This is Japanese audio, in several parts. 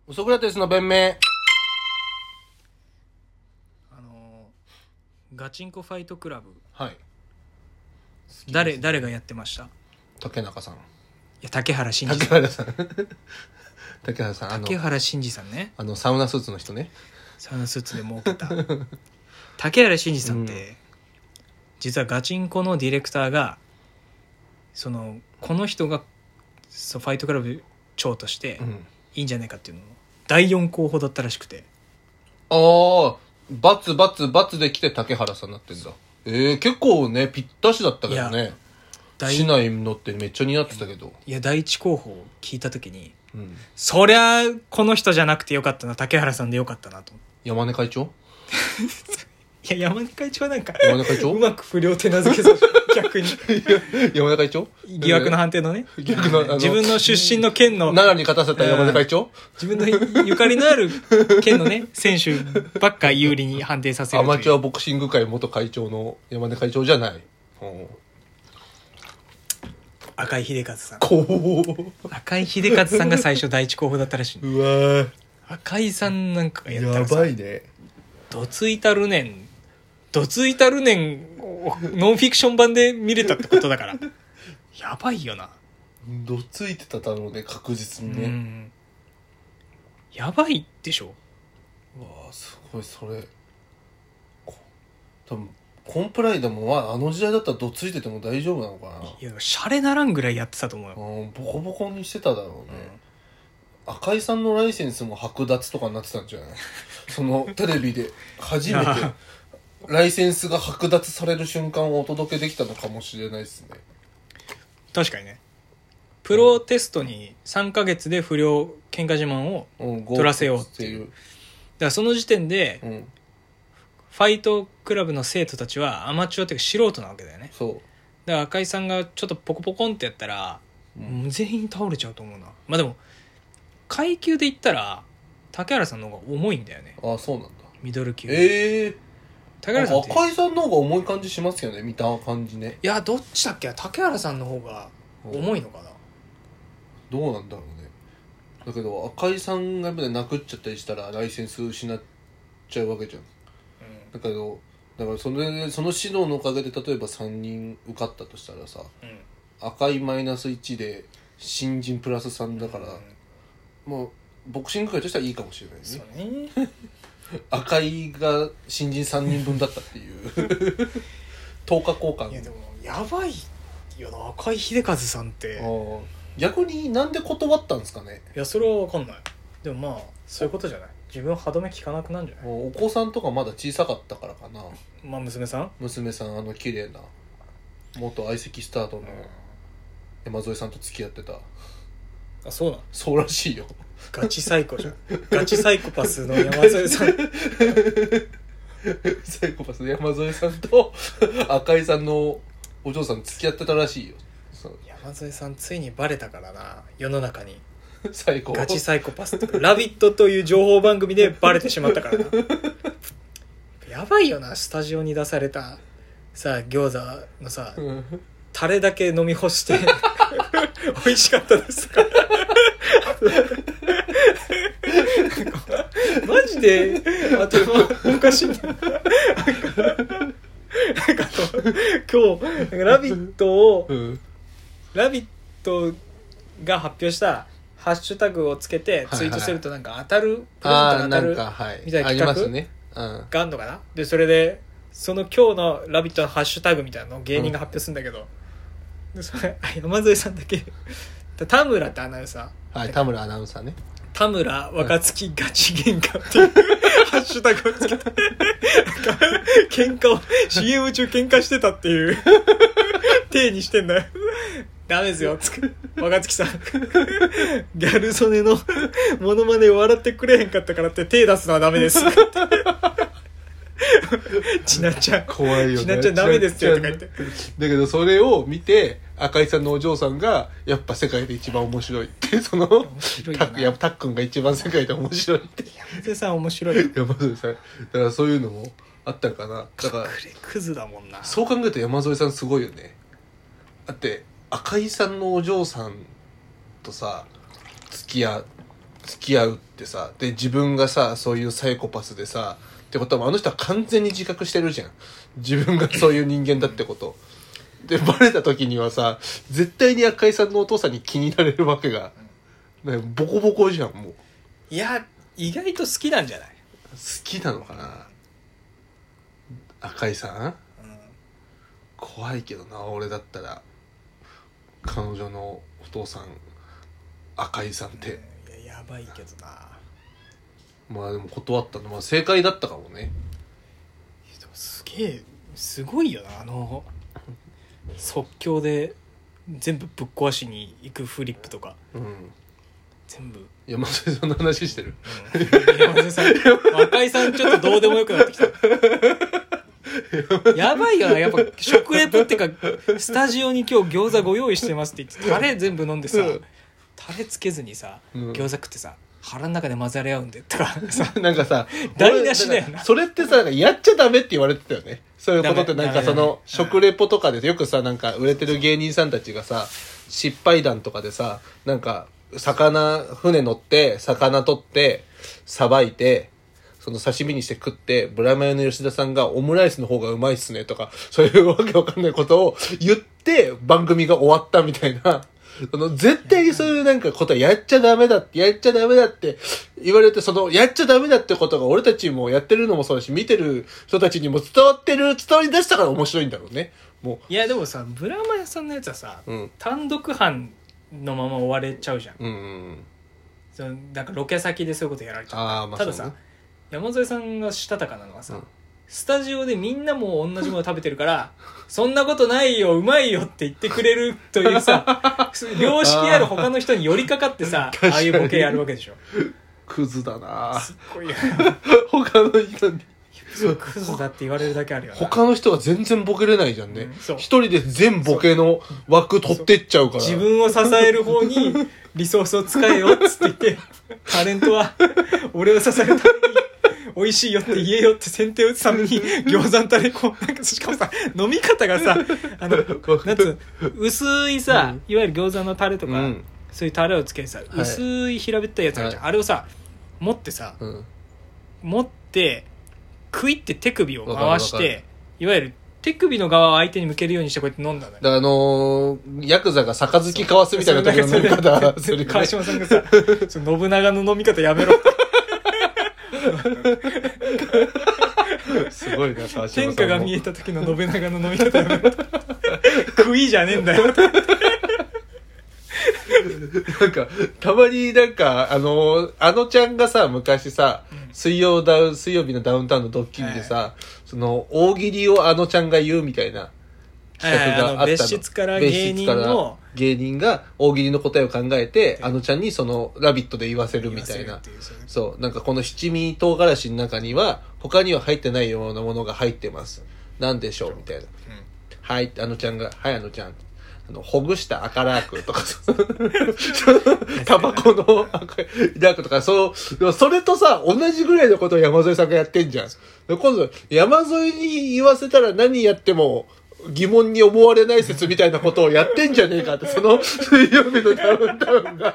ソクラテスの弁明。 ガチンコファイトクラブ、 はい。 誰がやってました？い竹中さん。 や竹原慎二竹さん。 原さん。竹原さん。 竹原慎二さんね。 サウナスーツの人ね。 サウナスーツで儲けた竹原慎二さんって、実はガチンコのディレクターがこの人がファイトクラブ長としていいんじゃないかっていうのの第4候補だったらしくて、 バツで来て竹原さんになってんだ。結構ね、ぴったしだったけどね。市内のってめっちゃ似合ってたけど。 いや、第一候補を聞いた時に、そりゃこの人じゃなくてよかったな、竹原さんでよかったなと思って。 山根会長いや、山根会長はなんか山根会長うまく不良手なずけそう逆に山根会長疑惑の判定のね、 疑惑の自分の出身の県の奈良に勝たせた山根会長、 自分のゆかりのある県のね選手ばっか有利に判定させる。 アマチュアボクシング界元会長の山根会長じゃない。 赤井秀和さん。赤井秀和さんが最初第一候補だったらしい。 うわー、 赤井さんなんかがやったらさ、 やばいね。 どついたるねんをノンフィクション版で見れたってことだからやばいよな。 どついてただろうね、確実にね。 やばいでしょ。 うわー、すごい。それ多分コンプライでもあの時代だったらどついてても大丈夫なのかな。 いや、シャレならんぐらいやってたと思うよ。 ボコボコにしてただろうね。赤井さんのライセンスも剥奪とかになってたんじゃないそのテレビで初めてライセンスが剥奪される瞬間をお届けできたのかもしれないですね。 確かにね。プロテストに3ヶ月で不良喧嘩自慢を取らせようっていう。だからその時点で、ファイトクラブの生徒たちはアマチュアっていうか素人なわけだよね。 そう。 だから赤井さんがちょっとポコポコンってやったら、全員倒れちゃうと思うな。まあでも階級で言ったら竹原さんの方が重いんだよね。 ああ、そうなんだ。 ミドル級。 竹原さんって赤井さんの方が重い感じしますよね、見た感じね。 いや、どっちだっけ。竹原さんの方が重いのかな。 どうなんだろうね。だけど赤井さんが殴っちゃったりしたらライセンス失っちゃうわけじゃん。だからその指導のおかげで例えば3人受かったとしたらさ、赤いマイナス1で新人プラス3だから、もうボクシング界としてはいいかもしれないね。 そうね赤いが新人3人分だったっていう10日交換。 いやでもやばいよな、赤井秀和さんって。 逆になんで断ったんですかね。 いや、それは分かんない。でもまあそういうことじゃない。自分歯止め効かなくなんじゃない。 お子さんとかまだ小さかったからかな。 まあ娘さん綺麗な元相席スタートの山添さんと付き合ってた。 あ、そうなの。 そうらしいよ。 ガチサイコじゃん。ガチサイコパスの山添さんサイコパスの山添さんと赤井さんのお嬢さん付き合ってたらしいよ。 山添さんついにバレたからな、世の中に。ガチサイコパスとかラビットという情報番組でバレてしまったからなやばいよな。スタジオに出されたさ、餃子のさ、タレだけ飲み干して美味しかったですかマジで頭おかしいんだなんか今日ラビットが発表したハッシュタグをつけてツイートするとなんか当たる、プレゼントが当たるみたいな企画があんのかな。でそれでその今日のラビットのハッシュタグみたいなのを芸人が発表するんだけど、でそれ山添さんだけ田村ってアナウンサー、 田村アナウンサーね。田村若月ガチ喧嘩っていうハッシュタグをつけて喧嘩を CM 中喧嘩してたっていう体にしてんだよ。ダメですよ若月さんギャル曽根のモノマネ笑ってくれへんかったからって手出すのはダメですちなっちゃん怖いよね。 ちなっちゃんダメですよとか言って。だけどそれを見て赤井さんのお嬢さんがやっぱ世界で一番面白いってそのたっくんが一番世界で面白いって山添さん面白い。 山添さんだからそういうのもあったのかな。だからクズだもんな。 そう考えると山添さんすごいよね。だって赤井さんのお嬢さんとさ付き合っ付き合うってさ、で自分がさそういうサイコパスでさってことはあの人は完全に自覚してるじゃん、自分がそういう人間だってことでバレた時にはさ絶対に赤井さんのお父さんに気になれるわけが、ね、ボコボコじゃんもう。 いや意外と好きなんじゃない？ 好きなのかな赤井さん、怖いけどな俺だったら彼女のお父さん赤井さんって、 いややばいけどな。 まあでも断ったの、まあ正解だったかもね。 でもすげえすごいよな、即興で全部ぶっ壊しに行くフリップとか、全部山添さんの話してる、 山添さん赤井さんちょっとどうでもよくなってきたやばいよな、やっぱ食レポってかスタジオに今日餃子ご用意してますって言ってタレ全部飲んでさ、タレつけずにさ餃子食ってさ、腹の中で混ざり合うんでとかさなんかさ台無しだよな。 それってさやっちゃダメって言われてたよね、そういうことって。なんかその食レポとかでよくさなんか売れてる芸人さんたちがさ失敗談とかでさなんか船乗って魚取ってさばいてその刺身にして食って、ブラマヨの吉田さんがオムライスの方がうまいっすねとかそういうわけわかんないことを言って番組が終わったみたいな、絶対にそういうなんかことはやっちゃダメだって言われて、そのやっちゃダメだってことが俺たちもやってるのもそうだし見てる人たちにも伝わり出したから面白いんだろうね。もういやでもさブラマヨさんのやつはさ、単独犯のまま終われちゃうじゃん、そのなんかロケ先でそういうことやられちゃう、たださ山添さんがしたたかなのはさ、スタジオでみんなも同じもの食べてるからそんなことないようまいよって言ってくれるというさ良識ある他の人に寄りかかってさああいうボケやるわけでしょ。 クズだなすっごいよ他の人にクズだって言われるだけあるよな。 他の人は全然ボケれないじゃんね、一人で全ボケの枠取ってっちゃうから、 自分を支える方にリソースを使えよっつって言ってタレントは俺を支えるために美味しいよって言えよって先手を打つために餃子のタレこうなんかしかもさ飲み方がさなんつ薄いさ、いわゆる餃子のタレとか、そういうタレをつけてさ、薄い平べったいやつあるじゃん、あれをさ持ってさ、持ってクイって手首を回していわゆる手首の側を相手に向けるようにしてこうやって飲んだんだよ。 だからヤクザが杯交わすみたいな時の飲み方する、 川島さんがさその信長の飲み方やめろすごいな川島さんも天下が見えた時の信長の飲み方やめろ食いじゃねえんだよなんかたまになんかあのちゃんがさ昔さ、水曜日のダウンタウンのドッキリでさ、その大喜利をあのちゃんが言うみたいな企画があったの。 別室から芸人が大喜利の答えを考えて、あのちゃんにそのラビットで言わせるみたいな。そうなんかこの七味唐辛子の中には他には入ってないようなものが入ってます。なんでしょうみたいな。はいあのちゃんがはいあのちゃん。ほぐした赤ラークとかタバコの赤ラークとかそれとさ同じぐらいのことを山添さんがやってんじゃん。今度山添に言わせたら何やっても疑問に思われない説みたいなことをやってんじゃねえかって、その水曜日のダウンタウンが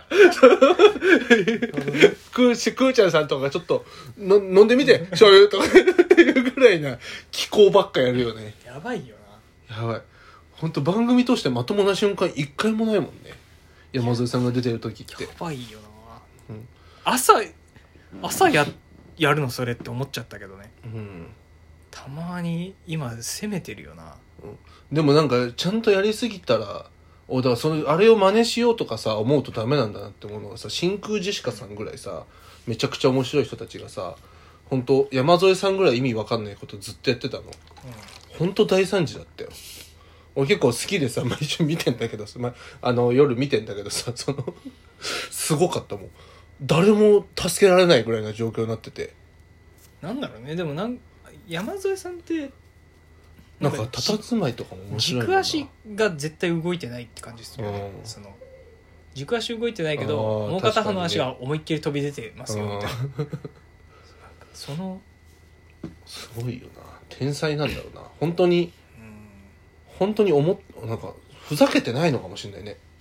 クーちゃんさんとかがちょっと飲んでみて醤油とかいうぐらいな気候ばっかやるよね。 やばいよな。やばい。本当番組としてまともな瞬間一回もないもんね。山添さんが出てる時ってやばいよな、朝やるのそれって思っちゃったけどね、たまに今攻めてるよな、 でもなんかちゃんとやりすぎたらだからあれを真似しようとかさ思うとダメなんだなって思うのがさ、真空ジェシカさんぐらいさめちゃくちゃ面白い人たちがさ本当山添さんぐらい意味わかんないことずっとやってたの、本当大惨事だったよ。俺結構好きでさ、毎週見てんだけどさ、夜見てんだけどさ、すごかったもん。誰も助けられないぐらいな状況になってて。 なんだろうね、でも山添さんってなんか佇まいとかも面白いな。 軸足が絶対動いてないって感じですよね。軸足動いてないけど、もう片方の足が思いっきり飛び出てますよみたいな。すごいよな。天才なんだろうな。本当になんかふざけてないのかもしれないね。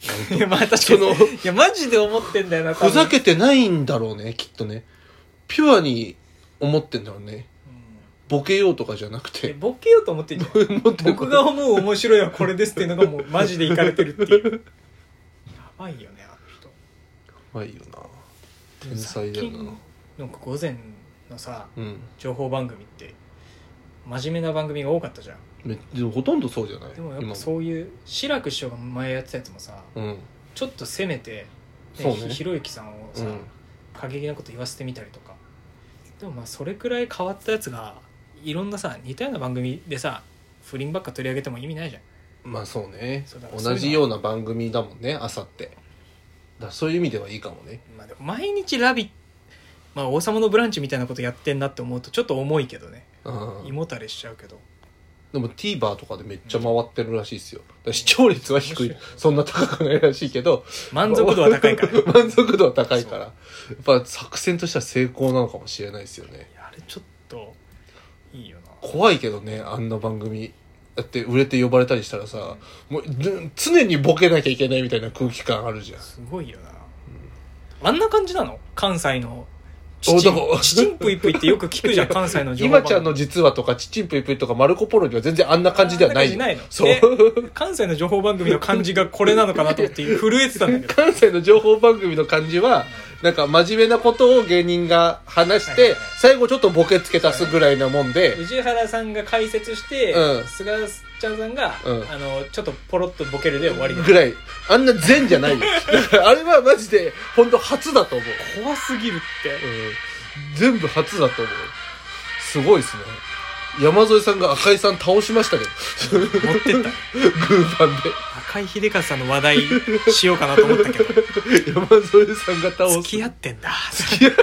いやまあ確かにいやマジで思ってんだよな。 ふざけてないんだろうねきっとね。ピュアに思ってんだろうね。ボケようとかじゃなくて。 ボケようと思ってんじゃん。僕が思う面白いはこれですっていうのがもうマジでいかれてるっていう。やばいよねあの人。やばいよな。天才だよな。 なんか午前のさ、 うん、 情報番組って真面目な番組が多かったじゃん。 でもほとんどそうじゃない。 でもやっぱそういう志らく師匠が前やってたやつもさ、 うん、 ちょっと攻めて、 ね、 ひろゆきさんをさ、過激なこと言わせてみたりとか。でもまあそれくらい変わったやつがいろんなさ似たような番組でさ不倫ばっか取り上げても意味ないじゃん。 まあそうね。同じような番組だもんね朝って。そういう意味ではいいかもね。 まあでも毎日ラビット、まあ王様のブランチみたいなことやってんなって思うとちょっと重いけどね。胃もたれしちゃうけど。 でも TVer とかでめっちゃ回ってるらしいですよ。視聴率は低い、そんな高くないらしいけど満足度は高いから満足度は高いからやっぱ作戦としては成功なのかもしれないですよね。 あれちょっといいよな。 怖いけどねあんな番組だって売れて呼ばれたりしたらさ、もう常にボケなきゃいけないみたいな空気感あるじゃん。 すごいよな、あんな感じなの関西のちちんぷいぷいってよく聞くじゃん関西の情報番組。 今ちゃんの実話とかちちんぷいぷいとかマルコポロには全然あんな感じではない。 ないの。 そう関西の情報番組の感じがこれなのかなと思って震えてたんだけど。 関西の情報番組の感じはなんか真面目なことを芸人が話して、最後ちょっとボケつけ足すぐらいなもんで、 宇治原さんが解説して、菅ちゃんさんが、ちょっとポロッとボケるで終わりぐらい。あんな善じゃないよ。だからあれはマジで本当初だと思う。 怖すぎるって、 全部初だと思う。すごいですね。山添さんが赤井さん倒しましたけど持ってったグーパンで赤井秀和さんの話題しようかなと思ったけど山添さんが倒す。 付き合ってんだ